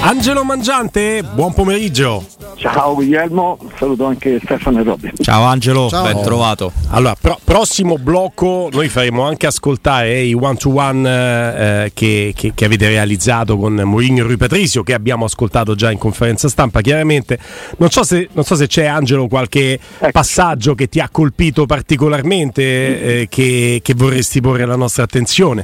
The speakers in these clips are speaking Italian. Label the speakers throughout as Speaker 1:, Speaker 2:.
Speaker 1: Angelo Mangiante, buon pomeriggio.
Speaker 2: Ciao Guglielmo, saluto anche Stefano e Robby.
Speaker 3: Ciao Angelo,
Speaker 4: Ciao.
Speaker 3: ben trovato.
Speaker 1: Allora, prossimo blocco noi faremo anche ascoltare i one-to-one che avete realizzato con Mourinho e Rui Patricio, che abbiamo ascoltato già in conferenza stampa, chiaramente. Non so se c'è, Angelo, qualche passaggio che ti ha colpito particolarmente, che vorresti porre alla nostra attenzione.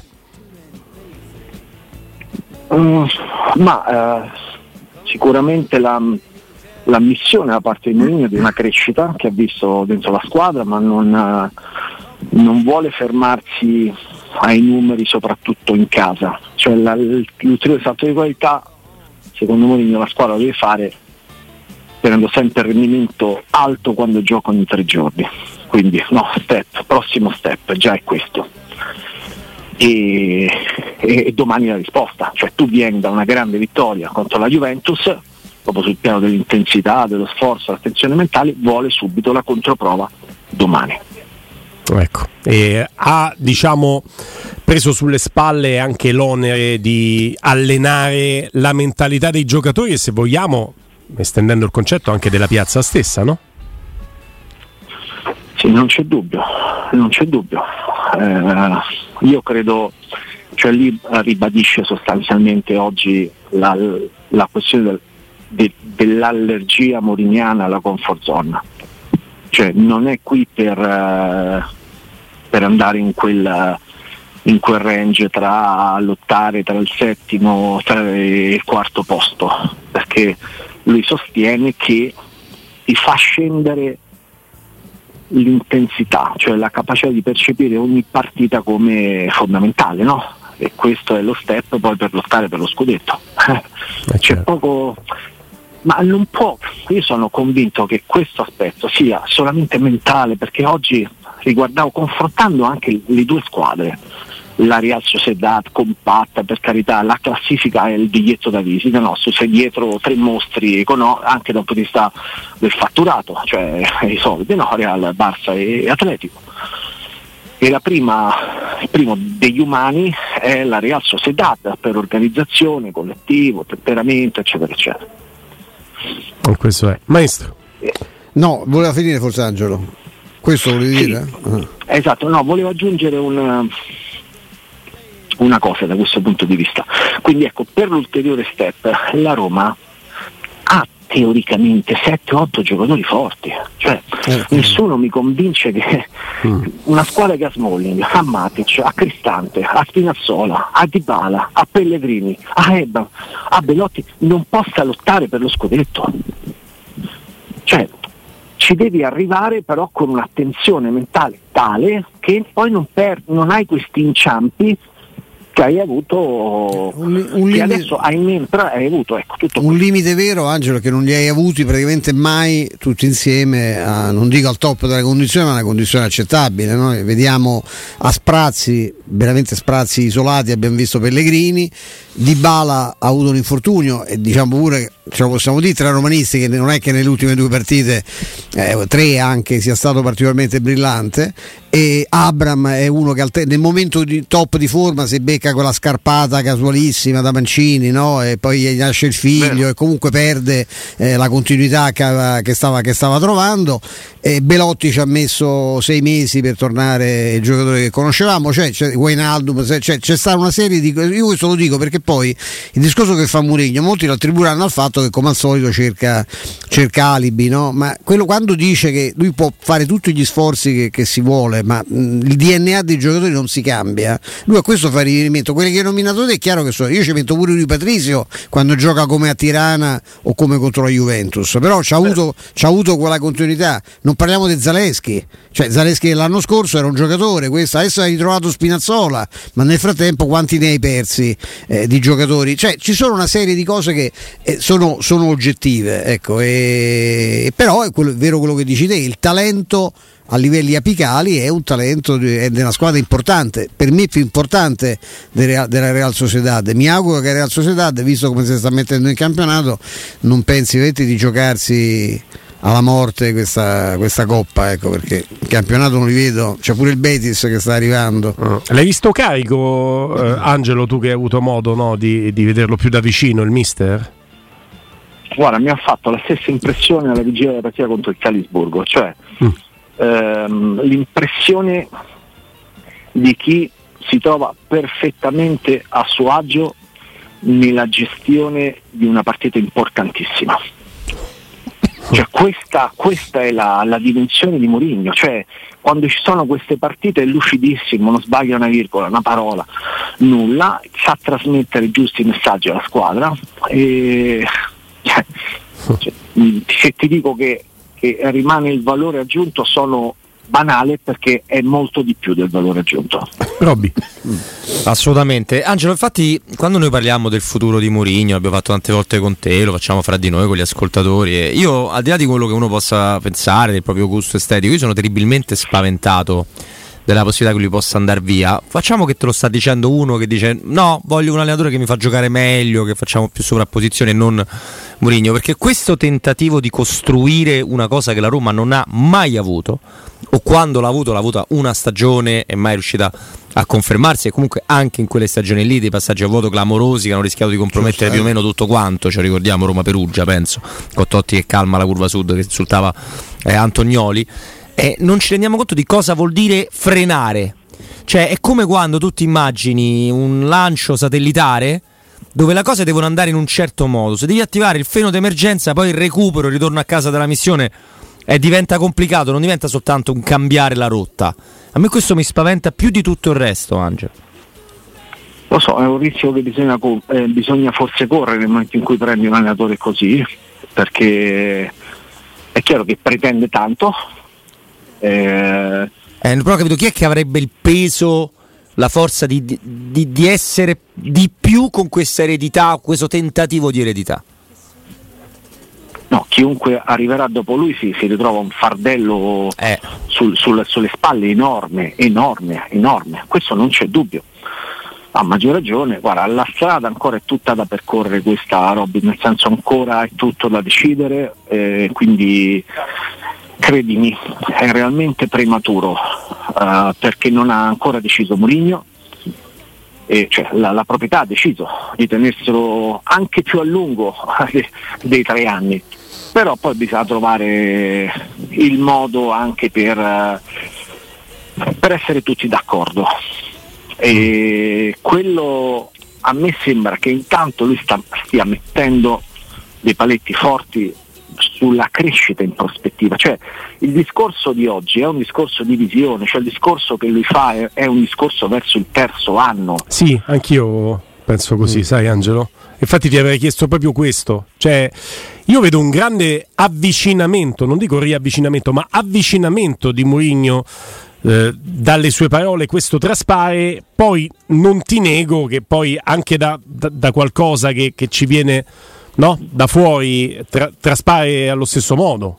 Speaker 2: Sicuramente l'ammissione da parte di Mourinho di una crescita che ha visto dentro la squadra, ma non vuole fermarsi ai numeri, soprattutto in casa. Cioè l'ulteriore salto di qualità, secondo Mourinho, la squadra deve fare tenendo sempre il rendimento alto quando gioca ogni 3 giorni. Quindi prossimo step già è questo. E domani la risposta, cioè tu vieni da una grande vittoria contro la Juventus, proprio sul piano dell'intensità, dello sforzo, dell'attenzione mentale, vuole subito la controprova domani.
Speaker 1: Ecco, e ha preso sulle spalle anche l'onere di allenare la mentalità dei giocatori e, se vogliamo, estendendo il concetto, anche della piazza stessa, no?
Speaker 2: Sì, non c'è dubbio. Io credo, cioè lì ribadisce sostanzialmente oggi la questione dell'allergia mouriniana alla comfort zone. Cioè non è qui per andare in quel range tra lottare tra il settimo e il quarto posto, perché lui sostiene che ti fa scendere l'intensità, cioè la capacità di percepire ogni partita come fondamentale, no? E questo è lo step poi per lottare per lo scudetto. C'è poco, ma non può. Io sono convinto che questo aspetto sia solamente mentale, perché oggi confrontando anche le due squadre, la Real Sociedad compatta, per carità, la classifica è il biglietto da visita, no? Tu sei dietro 3 mostri anche dal punto di vista del fatturato, cioè i soldi, no? Real, Barça e Atletico. E il primo degli umani è la Real Sociedad, per organizzazione, collettivo, temperamento, eccetera eccetera.
Speaker 1: Questo è maestro.
Speaker 4: No, voleva finire forse Angelo, questo volevi dire?
Speaker 2: Esatto, no, volevo aggiungere una cosa da questo punto di vista. Quindi ecco, per l'ulteriore step la Roma ha teoricamente 7-8 giocatori forti, cioè nessuno mi convince che una squadra che ha Smalling, ha Matic, ha Cristante, ha Spinazzola, ha Dybala, ha Pellegrini, ha Ebba, ha Belotti non possa lottare per lo scudetto. Cioè ci devi arrivare però con un'attenzione mentale tale che poi non hai questi inciampi che hai avuto, che adesso però hai avuto, ecco, tutto
Speaker 4: un limite vero, Angelo, che non li hai avuti praticamente mai tutti insieme, non dico al top della condizione, ma una condizione accettabile, no? Vediamo a sprazzi, veramente sprazzi isolati, abbiamo visto Pellegrini, Dybala ha avuto un infortunio e diciamo pure, ce lo possiamo dire tra romanisti, che non è che nelle ultime 2 partite 3 anche sia stato particolarmente brillante, e Abram è uno che nel momento di top di forma si becca quella scarpata casualissima da Mancini, no? E poi gli nasce il figlio e comunque perde la continuità che stava trovando. E Belotti ci ha messo 6 mesi per tornare il giocatore che conoscevamo, c'è Wijnaldum, c'è stata una serie di cose. Io questo lo dico perché poi il discorso che fa Mourinho molti lo attribuiranno al fatto che come al solito cerca alibi, no? Ma quello, quando dice che lui può fare tutti gli sforzi che si vuole, ma il DNA dei giocatori non si cambia, lui a questo fa riferimento. Quelli che hai nominato te è chiaro che io ci metto pure Rui Patricio quando gioca come a Tirana o come contro la Juventus, però c'ha avuto quella continuità. Non parliamo di Zalewski, cioè Zalewski l'anno scorso era un giocatore, adesso hai ritrovato Spinazzola, ma nel frattempo quanti ne hai persi di giocatori? Cioè ci sono una serie di cose che sono oggettive, ecco, però è vero quello che dici te, il talento a livelli apicali è un talento della squadra importante, per me più importante della Real Sociedad. Mi auguro che la Real Sociedad, visto come si sta mettendo in campionato, non pensi di giocarsi alla morte questa coppa, ecco, perché il campionato non li vedo, c'è pure il Betis che sta arrivando.
Speaker 1: L'hai visto carico, Angelo, tu che hai avuto modo, no, di vederlo più da vicino, il mister?
Speaker 2: guarda, mi ha fatto la stessa impressione alla vigilia della partita contro il Salisburgo, cioè l'impressione di chi si trova perfettamente a suo agio nella gestione di una partita importantissima. Cioè, questa è la dimensione di Mourinho, cioè quando ci sono queste partite è lucidissimo, non sbaglia una virgola, una parola, nulla, sa trasmettere giusti messaggi alla squadra e se ti dico che rimane il valore aggiunto sono banale, perché è molto di più del valore aggiunto.
Speaker 1: Robby.
Speaker 3: Assolutamente. Angelo, infatti quando noi parliamo del futuro di Mourinho, l'abbiamo fatto tante volte con te, lo facciamo fra di noi con gli ascoltatori, e io, al di là di quello che uno possa pensare del proprio gusto estetico, io sono terribilmente spaventato della possibilità che lui possa andare via. Facciamo che te lo sta dicendo uno che dice no, voglio un allenatore che mi fa giocare meglio, che facciamo più sovrapposizione e non Mourinho, perché questo tentativo di costruire una cosa che la Roma non ha mai avuto, o quando l'ha avuta una stagione e mai è riuscita a confermarsi, e comunque anche in quelle stagioni lì dei passaggi a vuoto clamorosi che hanno rischiato di compromettere più o meno tutto quanto, cioè ricordiamo Roma-Perugia, penso, con Totti che calma la curva sud, che insultava Antonioli. Non ci rendiamo conto di cosa vuol dire frenare. Cioè è come quando tu ti immagini un lancio satellitare dove le cose devono andare in un certo modo, se devi attivare il freno d'emergenza, poi il recupero, il ritorno a casa della missione diventa complicato, non diventa soltanto un cambiare la rotta. A me questo mi spaventa più di tutto il resto, Angelo.
Speaker 2: Lo so, è un rischio che bisogna forse correre nel momento in cui prendi un allenatore così, perché è chiaro che pretende tanto.
Speaker 3: Però ho capito, chi è che avrebbe il peso, la forza di essere di più con questa eredità, questo tentativo di eredità?
Speaker 2: No, chiunque arriverà dopo lui si ritrova un fardello sulle spalle enorme, questo non c'è dubbio. A maggior ragione, guarda, la strada ancora è tutta da percorrere questa, Robby, nel senso ancora è tutto da decidere, quindi credimi, è realmente prematuro, perché non ha ancora deciso Mourinho, cioè la proprietà ha deciso di tenerselo anche più a lungo dei 3 anni, però poi bisogna trovare il modo anche per essere tutti d'accordo, e quello a me sembra che intanto lui stia mettendo dei paletti forti sulla crescita in prospettiva. Cioè il discorso di oggi è un discorso di visione, cioè il discorso che lui fa è un discorso verso il terzo anno.
Speaker 1: Sì, anch'io penso così, sai Angelo? Infatti ti avrei chiesto proprio questo, cioè io vedo un grande avvicinamento, non dico riavvicinamento, ma avvicinamento di Mourinho, dalle sue parole questo traspare. Poi non ti nego che poi anche da qualcosa che ci viene, no, da fuori, traspare allo stesso modo.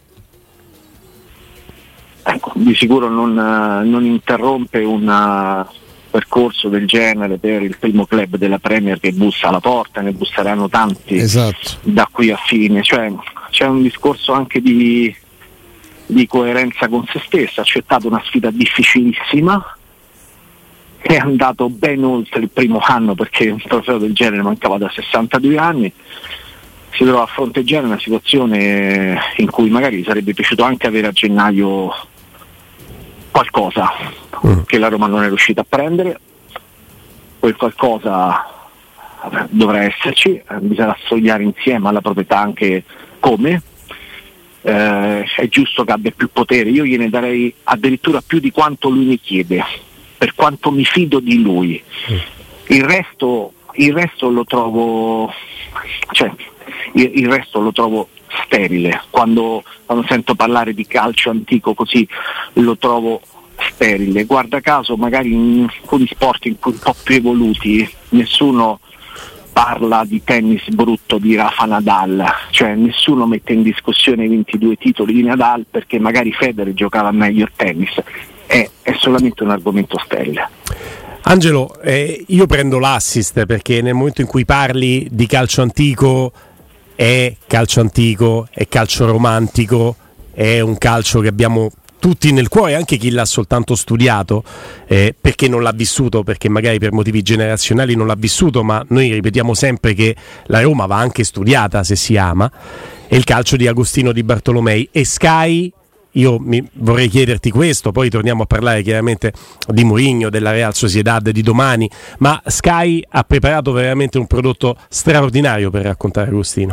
Speaker 2: Ecco, di sicuro non interrompe un percorso del genere per il primo club della Premier che bussa alla porta, ne busseranno tanti, esatto, da qui a fine. Cioè c'è un discorso anche di coerenza con se stessa, ha accettato una sfida difficilissima, è andato ben oltre il primo anno, perché un trofeo del genere mancava da 62 anni, si trova a fronteggiare una situazione in cui magari sarebbe piaciuto anche avere a gennaio qualcosa che la Roma non è riuscita a prendere. Quel qualcosa dovrà esserci, bisogna studiare insieme alla proprietà anche come. È giusto che abbia più potere, io gliene darei addirittura più di quanto lui mi chiede, per quanto mi fido di lui. Il resto lo trovo, cioè il resto lo trovo sterile. Quando sento parlare di calcio antico così lo trovo sterile. Guarda caso magari in alcuni sport un po' più evoluti nessuno parla di tennis brutto di Rafa Nadal, cioè nessuno mette in discussione i 22 titoli di Nadal perché magari Federer giocava meglio il tennis. È solamente un argomento sterile.
Speaker 1: Angelo, io prendo l'assist perché nel momento in cui parli di calcio antico, è calcio romantico, è un calcio che abbiamo tutti nel cuore, anche chi l'ha soltanto studiato, perché non l'ha vissuto, perché magari per motivi generazionali non l'ha vissuto, ma noi ripetiamo sempre che la Roma va anche studiata se si ama, è il calcio di Agostino Di Bartolomei. E Sky, io vorrei chiederti questo, poi torniamo a parlare chiaramente di Mourinho, della Real Sociedad di domani, ma Sky ha preparato veramente un prodotto straordinario per raccontare Agostino.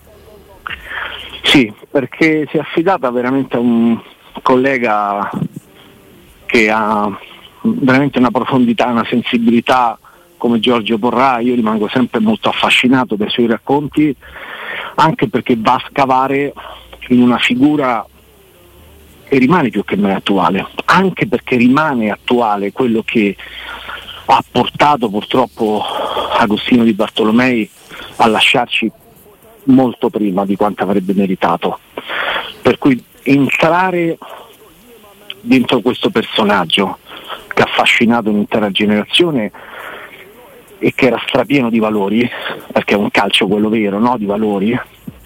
Speaker 2: Sì, perché si è affidata veramente a un collega che ha veramente una profondità, una sensibilità come Giorgio Porrà. Io rimango sempre molto affascinato dai suoi racconti, anche perché va a scavare in una figura che rimane più che mai attuale, anche perché rimane attuale quello che ha portato purtroppo Agostino Di Bartolomei a lasciarci molto prima di quanto avrebbe meritato. Per cui entrare dentro questo personaggio che ha affascinato un'intera generazione e che era strapieno di valori, perché è un calcio quello vero, no? Di valori,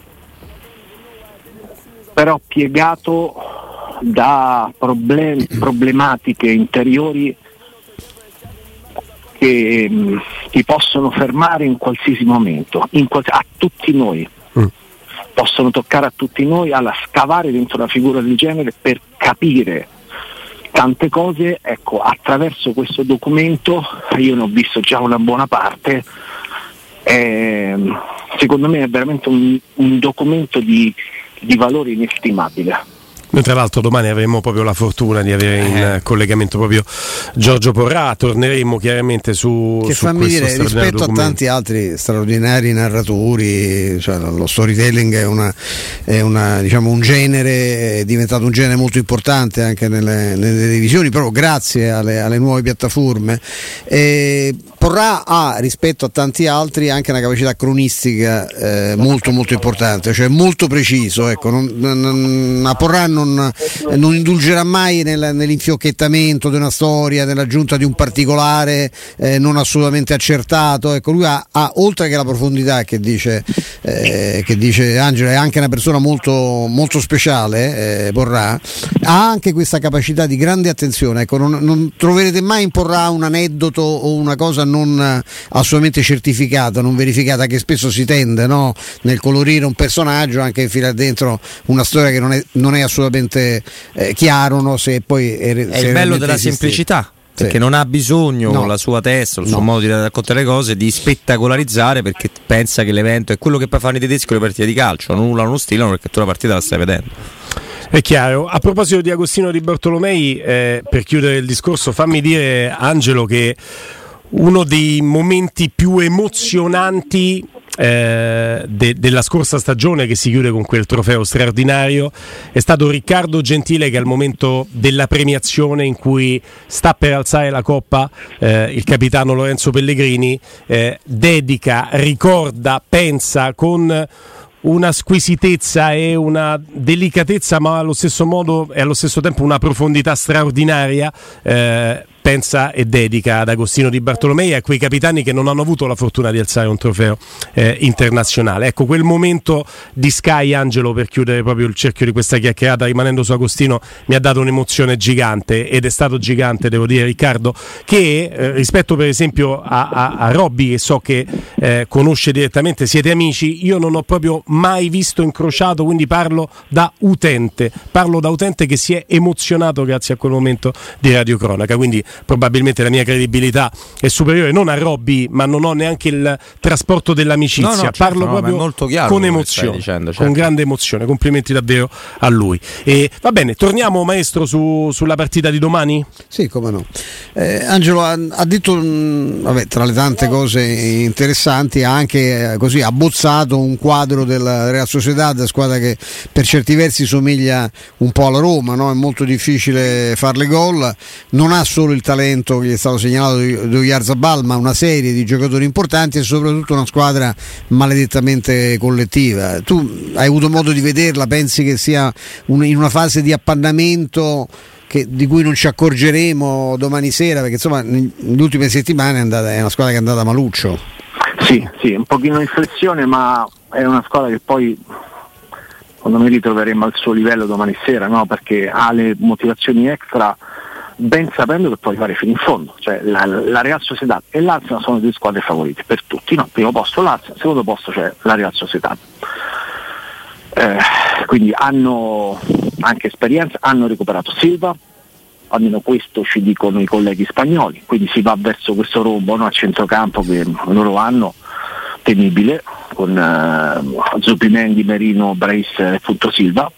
Speaker 2: però piegato da problematiche interiori che ti possono fermare in qualsiasi momento, a tutti noi. Possono toccare a tutti noi, alla scavare dentro una figura del genere per capire tante cose. Ecco, attraverso questo documento io ne ho visto già una buona parte. Secondo me è veramente un documento di valore inestimabile.
Speaker 1: Noi tra l'altro domani avremo proprio la fortuna di avere in collegamento proprio Giorgio Porrà, torneremo chiaramente su
Speaker 4: che
Speaker 1: su
Speaker 4: fammi
Speaker 1: questo
Speaker 4: dire, rispetto
Speaker 1: documento.
Speaker 4: a tanti altri straordinari narratori, cioè lo storytelling è una diciamo un genere, è diventato un genere molto importante anche nelle televisioni, proprio grazie alle nuove piattaforme. Porrà ha, rispetto a tanti altri, anche una capacità cronistica molto molto importante, cioè molto preciso, ecco, a Porrà non indulgerà mai nell'infiocchettamento di una storia, nell'aggiunta di un particolare non assolutamente accertato. Ecco, lui ha oltre che la profondità che dice Angelo, è anche una persona molto, molto speciale, Porrà, ha anche questa capacità di grande attenzione. Ecco, non troverete mai in Porrà un aneddoto o una cosa non assolutamente certificata, non verificata, che spesso si tende, no? Nel colorire un personaggio, anche infilare dentro una storia che non è assolutamente chiaro, no? Se poi
Speaker 3: è il bello della semplicità, perché non ha bisogno, con la sua testa, il suo modo di raccontare le cose, di spettacolarizzare, perché pensa che l'evento è quello che poi fanno i tedeschi con le partite di calcio, non nulla, non stilano, perché tu la partita la stai vedendo.
Speaker 1: È chiaro. A proposito di Agostino Di Bartolomei, per chiudere il discorso, fammi dire, Angelo, che uno dei momenti più emozionanti della scorsa stagione, che si chiude con quel trofeo straordinario, è stato Riccardo Gentile, che al momento della premiazione, in cui sta per alzare la coppa, il capitano Lorenzo Pellegrini dedica, ricorda, pensa con una squisitezza e una delicatezza, ma allo stesso modo e allo stesso tempo una profondità straordinaria, pensa e dedica ad Agostino Di Bartolomei e a quei capitani che non hanno avuto la fortuna di alzare un trofeo internazionale. Ecco, quel momento di Sky, Angelo, per chiudere proprio il cerchio di questa chiacchierata, rimanendo su Agostino, mi ha dato un'emozione gigante, ed è stato gigante, devo dire, Riccardo, che rispetto per esempio a Robby, che so che conosce direttamente, siete amici, io non ho proprio mai visto incrociato, quindi parlo da utente che si è emozionato grazie a quel momento di radiocronaca, quindi probabilmente la mia credibilità è superiore non a Robby, ma non ho neanche il trasporto dell'amicizia, parlo proprio
Speaker 3: molto chiaro,
Speaker 1: con emozione,
Speaker 3: dicendo, certo.
Speaker 1: Con grande emozione, complimenti davvero a lui. E va bene, torniamo maestro sulla partita di domani?
Speaker 4: Sì, come no. Angelo ha detto, tra le tante cose interessanti, ha anche così abbozzato un quadro della Real Sociedad, squadra che per certi versi somiglia un po' alla Roma, no? È molto difficile farle gol, non ha solo il talento che gli è stato segnalato di Oyarzabal, ma una serie di giocatori importanti e soprattutto una squadra maledettamente collettiva. Tu hai avuto modo di vederla, pensi che sia in una fase di appannamento di cui non ci accorgeremo domani sera, perché insomma nelle ultime settimane è una squadra che è andata maluccio?
Speaker 2: Sì, un pochino in flessione, ma è una squadra che poi secondo me ritroveremo al suo livello domani sera, no? Perché ha le motivazioni extra, ben sapendo che può arrivare fino in fondo. Cioè la Real Sociedad e l'Arsenal sono due squadre favorite per tutti, no? Primo posto l'Arsenal, secondo posto c'è la Real Sociedad. Quindi hanno anche esperienza, hanno recuperato Silva, almeno questo ci dicono i colleghi spagnoli, quindi si va verso questo rombo, no, a centrocampo che loro hanno, temibile, con Zubimendi, Merino, Brace e punto Silva.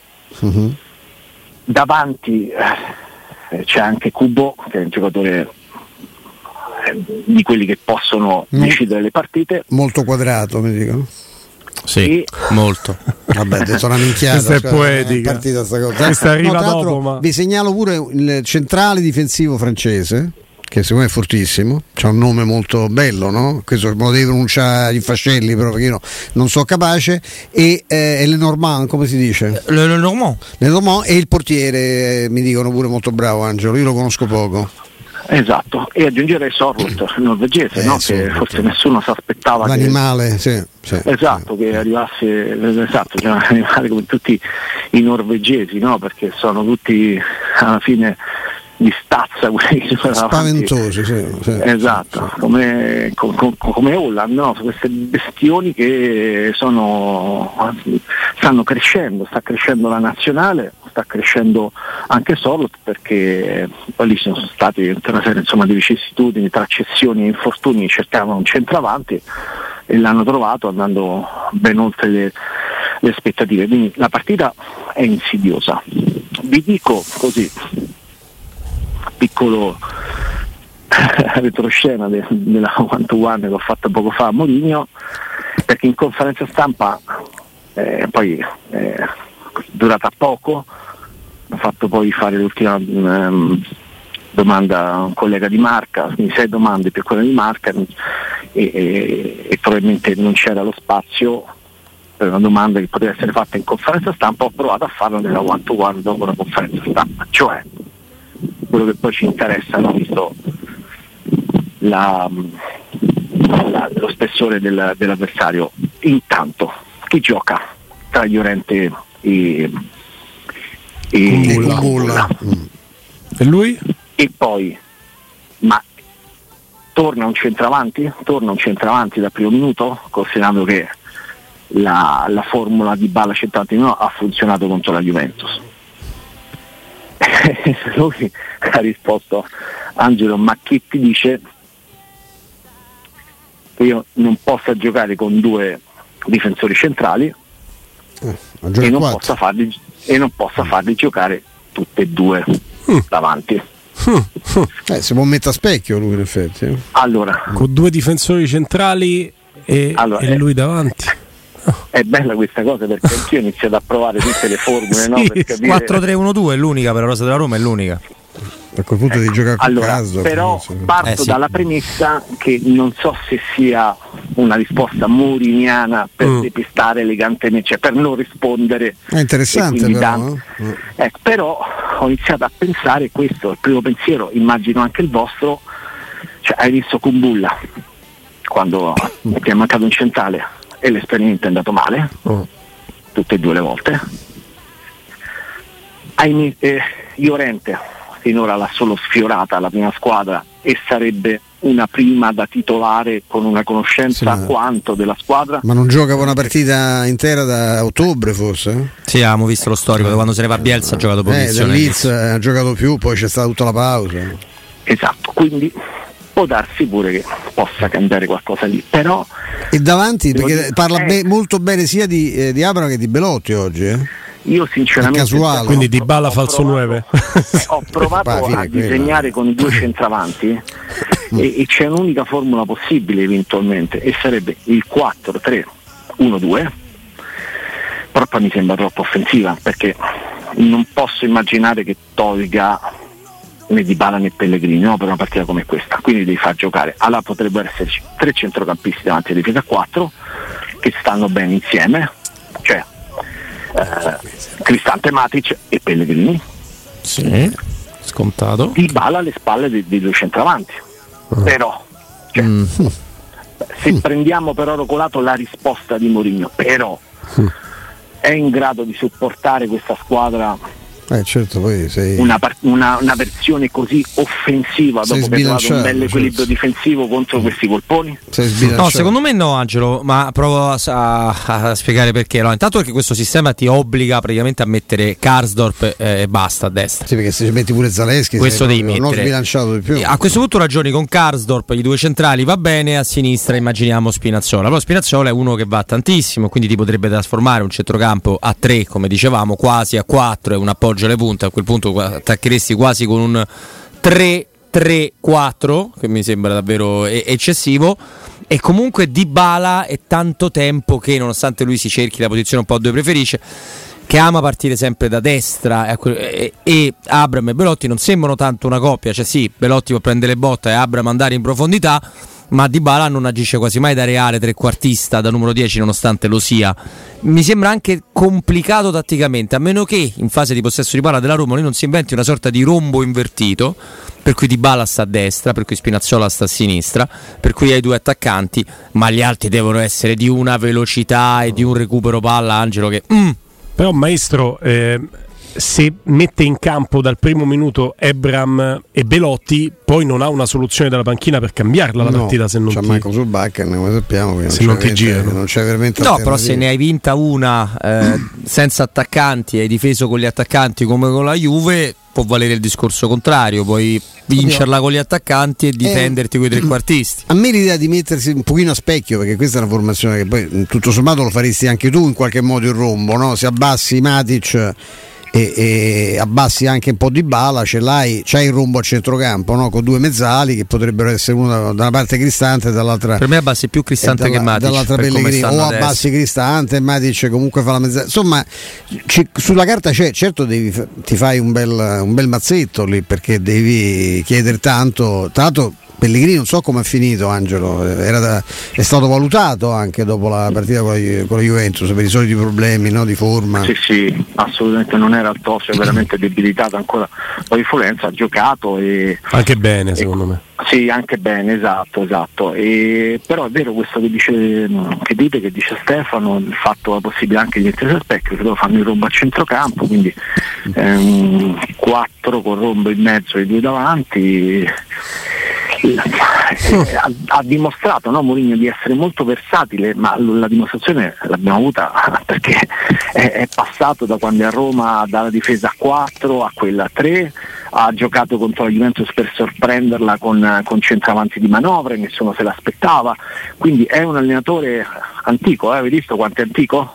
Speaker 2: Davanti c'è anche Kubo, che è un giocatore di quelli che possono decidere le partite,
Speaker 4: molto quadrato, mi dicono.
Speaker 3: Sì, molto.
Speaker 4: Vabbè, detto una minchiata.
Speaker 1: Questa è poetica.
Speaker 4: Partita sta cosa.
Speaker 1: Questa arriva dopo, ma
Speaker 4: vi segnalo pure il centrale difensivo francese, che secondo me è fortissimo, c'ha un nome molto bello, no? Questo me lo devi pronunciare in fascelli, però perché io non so capace. E Lenormand, come si dice?
Speaker 3: Lenormand
Speaker 4: E il portiere, mi dicono pure molto bravo, Angelo, io lo conosco poco.
Speaker 2: Esatto, e aggiungere Sorloth, il norvegese, no? Che forse nessuno si aspettava
Speaker 4: l'animale, sì,
Speaker 2: esatto, che arrivasse, esatto, cioè un animale come tutti i norvegesi, no? Perché sono tutti alla fine di stazza, quelli
Speaker 4: spaventosi, sì.
Speaker 2: Esatto, come Holland, no? Queste bestioni che stanno crescendo, sta crescendo la nazionale, sta crescendo anche Sorloth, perché poi lì sono stati una serie, insomma, di vicissitudini tra cessioni e infortuni, cercavano un centravanti e l'hanno trovato andando ben oltre le aspettative, quindi la partita è insidiosa. Vi dico così, piccolo retroscena della one-to-one che ho fatto poco fa a Mourinho, perché in conferenza stampa poi durata poco, ho fatto poi fare l'ultima domanda a un collega di Marca, quindi 6 domande per quella di Marca, e probabilmente non c'era lo spazio per una domanda che poteva essere fatta in conferenza stampa. Ho provato a farla nella one-to-one dopo la conferenza stampa, cioè quello che poi ci interessa, no? Visto lo spessore dell'avversario. Intanto chi gioca tra Llorente e
Speaker 1: Kumbulla. E lui?
Speaker 2: E poi, ma torna un centravanti dal primo minuto, considerando che la formula di Balla centravanti no, ha funzionato contro la Juventus. Lui ha risposto: Angelo, ma chi ti dice che io non possa giocare con 2 difensori centrali e non possa farli giocare tutte e 2 davanti?
Speaker 4: Si può mettere a specchio lui, in effetti.
Speaker 2: Allora,
Speaker 1: con 2 difensori centrali e lui davanti.
Speaker 2: È bella questa cosa, perché anch'io ho iniziato a provare tutte le formule,
Speaker 1: sì,
Speaker 2: no? Per capire...
Speaker 3: 4-3-1-2 è l'unica per la rosa della Roma, è l'unica.
Speaker 4: A quel punto di giocare con caso.
Speaker 2: Però parto dalla premessa che non so se sia una risposta mouriniana per depistare elegantemente, cioè per non rispondere.
Speaker 4: È interessante però.
Speaker 2: Però ho iniziato a pensare, questo è il primo pensiero, immagino anche il vostro, cioè hai visto Kumbulla quando ti è mancato un centrale e l'esperimento è andato male, tutte e 2 le volte. Llorente finora l'ha solo sfiorata la prima squadra e sarebbe una prima da titolare con una conoscenza quanto della squadra.
Speaker 4: Ma non gioca per una partita intera da ottobre forse?
Speaker 3: Sì, abbiamo visto lo storico, da quando se ne va Bielsa ha giocato pochissimo.
Speaker 4: Da Leeds ha giocato più, poi c'è stata tutta la pausa.
Speaker 2: Esatto, quindi può darsi pure che possa cambiare qualcosa lì, però.
Speaker 4: E davanti, perché parla molto bene sia di Abramo che di Belotti oggi,
Speaker 2: Io sinceramente,
Speaker 4: casuale.
Speaker 1: Quindi Dybala falso 9.
Speaker 2: Ho provato a disegnare con i 2 centravanti e c'è un'unica formula possibile eventualmente, e sarebbe il 4-3-1-2, però poi mi sembra troppo offensiva, perché non posso immaginare che tolga né Dybala né Pellegrini, no, per una partita come questa, quindi devi far giocare. Allora potrebbero esserci 3 centrocampisti davanti alla difesa 4 che stanno bene insieme, cioè Cristante, Matic e Pellegrini.
Speaker 3: Sì, scontato.
Speaker 2: Dybala alle spalle dei 2 centravanti. Però, cioè, se prendiamo per oro colato la risposta di Mourinho, però è in grado di supportare questa squadra.
Speaker 4: Certo, poi sei
Speaker 2: una versione così offensiva dopo che ha trovato un bel equilibrio difensivo contro questi colponi?
Speaker 3: No, secondo me no, Angelo, ma provo a spiegare perché. No, intanto perché questo sistema ti obbliga praticamente a mettere Karsdorp e basta a destra.
Speaker 4: Sì, perché se ci metti pure Zaleschi
Speaker 3: questo devi mettere.
Speaker 4: Non sbilanciato di più.
Speaker 3: A questo punto ragioni con Karsdorp, i due centrali va bene, a sinistra immaginiamo Spinazzola. Però Spinazzola è uno che va tantissimo, quindi ti potrebbe trasformare un centrocampo a 3, come dicevamo, quasi a 4 e un appoggio alle punte. A quel punto attaccheresti quasi con un 3-3-4, che mi sembra davvero eccessivo. E comunque Dybala è tanto tempo che, nonostante lui si cerchi la posizione un po' dove preferisce, che ama partire sempre da destra, e Abraham e Belotti non sembrano tanto una coppia. Cioè sì, Belotti può prendere le botte e Abraham andare in profondità, ma Dybala non agisce quasi mai da reale trequartista, da numero 10, nonostante lo sia. Mi sembra anche complicato tatticamente, a meno che in fase di possesso di palla della Roma lui non si inventi una sorta di rombo invertito, per cui Dybala sta a destra, per cui Spinazzola sta a sinistra, per cui hai due attaccanti, ma gli altri devono essere di una velocità e di un recupero palla, Angelo, che
Speaker 1: Però maestro, se mette in campo dal primo minuto Ebram e Belotti, poi non ha una soluzione dalla panchina per cambiarla la partita, se non
Speaker 4: c'è Michael Zubac, come sappiamo,
Speaker 1: se non ti girano.
Speaker 4: Non c'è veramente
Speaker 3: però se ne hai vinta una senza attaccanti e hai difeso con gli attaccanti come con la Juve, può valere il discorso contrario, puoi vincerla con gli attaccanti e difenderti con i trequartisti.
Speaker 4: A me l'idea di mettersi un pochino a specchio, perché questa è una formazione che poi tutto sommato lo faresti anche tu in qualche modo il rombo, no? Se abbassi Matic e abbassi anche un po' di Dybala, c'hai il rombo a centrocampo, no? Con due mezzali che potrebbero essere uno da una parte Cristante e dall'altra.
Speaker 3: Per me abbassi più Cristante che Matic,
Speaker 4: dall'altra Pellegrini, o abbassi Cristante e Matic comunque fa la mezzala. Insomma, sulla carta c'è, certo ti fai un bel mazzetto lì, perché devi chiedere tanto. Tanto Pellegrini non so come è finito, Angelo, è stato valutato anche dopo la partita con la Juventus per i soliti problemi, no, di forma.
Speaker 2: Sì, assolutamente non era al top, è veramente debilitato ancora la influenza, ha giocato e
Speaker 1: anche bene secondo me.
Speaker 2: Sì, anche bene, esatto. Però è vero questo che dice Stefano, il fatto è possibile anche di mettersi a specchio, che loro fanno il rombo a centrocampo, quindi 4 con rombo in mezzo e 2 davanti. Ha dimostrato, no, Mourinho, di essere molto versatile, ma la dimostrazione l'abbiamo avuta perché è passato da quando è a Roma dalla difesa a 4 a quella a 3, ha giocato contro la Juventus per sorprenderla con centravanti di manovre, nessuno se l'aspettava, quindi è un allenatore antico, avete visto quanto è antico?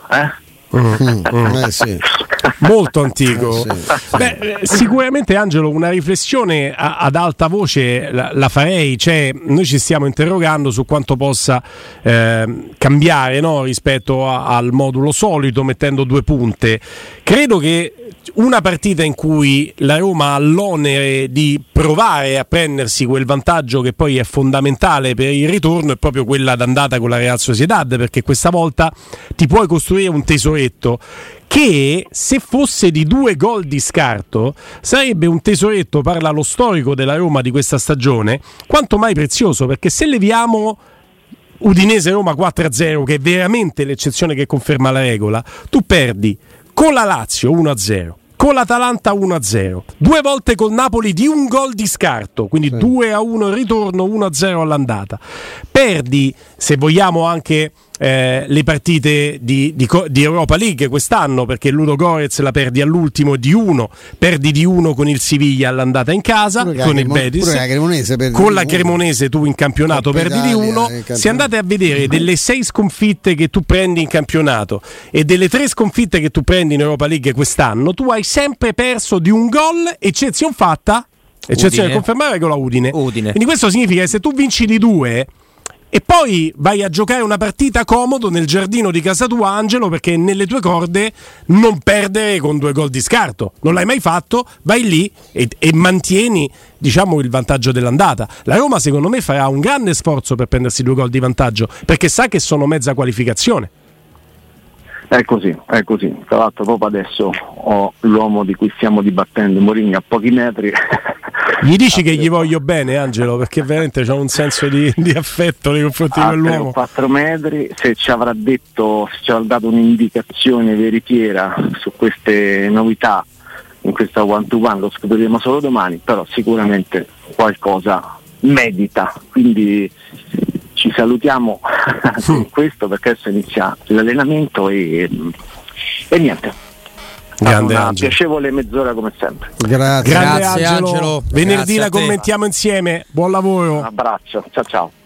Speaker 4: Sì.
Speaker 1: Molto antico. Beh, sicuramente Angelo una riflessione ad alta voce la farei, cioè noi ci stiamo interrogando su quanto possa cambiare, no, rispetto al modulo solito mettendo 2 punte. Credo che una partita in cui la Roma ha l'onere di provare a prendersi quel vantaggio che poi è fondamentale per il ritorno è proprio quella d'andata con la Real Sociedad, perché questa volta ti puoi costruire un tesoretto che, se fosse di 2 gol di scarto, sarebbe un tesoretto, parla lo storico della Roma di questa stagione, quanto mai prezioso, perché se leviamo Udinese-Roma 4-0, che è veramente l'eccezione che conferma la regola, tu perdi con la Lazio 1-0, con l'Atalanta 1-0, 2 volte col Napoli di 1 gol di scarto, quindi 2-1 il ritorno, 1-0 all'andata. Perdi, se vogliamo, anche le partite di Europa League quest'anno, perché Ludogorets la perdi all'ultimo di 1, perdi di 1 con il Siviglia all'andata in casa, con il Betis, con la Cremonese tu in campionato perdi di 1. Se andate a vedere delle 6 sconfitte che tu prendi in campionato e delle 3 sconfitte che tu prendi in Europa League quest'anno, tu hai sempre perso di 1 gol, eccezione fatta, eccezione confermare con la Udine. Quindi questo significa che se tu vinci di 2 e poi vai a giocare una partita comodo nel giardino di casa tua, Angelo, perché nelle tue corde non perdere con 2 gol di scarto, non l'hai mai fatto, vai lì e mantieni, diciamo, il vantaggio dell'andata. La Roma secondo me farà un grande sforzo per prendersi 2 gol di vantaggio, perché sa che sono mezza qualificazione.
Speaker 2: È così. Tra l'altro proprio adesso ho l'uomo di cui stiamo dibattendo, Mourinho, a pochi metri
Speaker 1: Gli dici che gli voglio bene, Angelo, perché veramente c'ha un senso di affetto nei confronti di quell'uomo.
Speaker 2: 4 metri, se ci avrà dato un'indicazione veritiera su queste novità in questa one to one lo scopriremo solo domani, però sicuramente qualcosa medita, quindi ci salutiamo con questo, perché adesso inizia l'allenamento e niente.
Speaker 1: Grande
Speaker 2: una
Speaker 1: Angelo.
Speaker 2: piacevole mezz'ora come sempre.
Speaker 4: Grazie
Speaker 1: Grande
Speaker 3: Angelo.
Speaker 1: Venerdì
Speaker 3: Grazie
Speaker 1: la
Speaker 3: a te.
Speaker 1: commentiamo insieme. Buon lavoro.
Speaker 2: Un abbraccio, ciao ciao.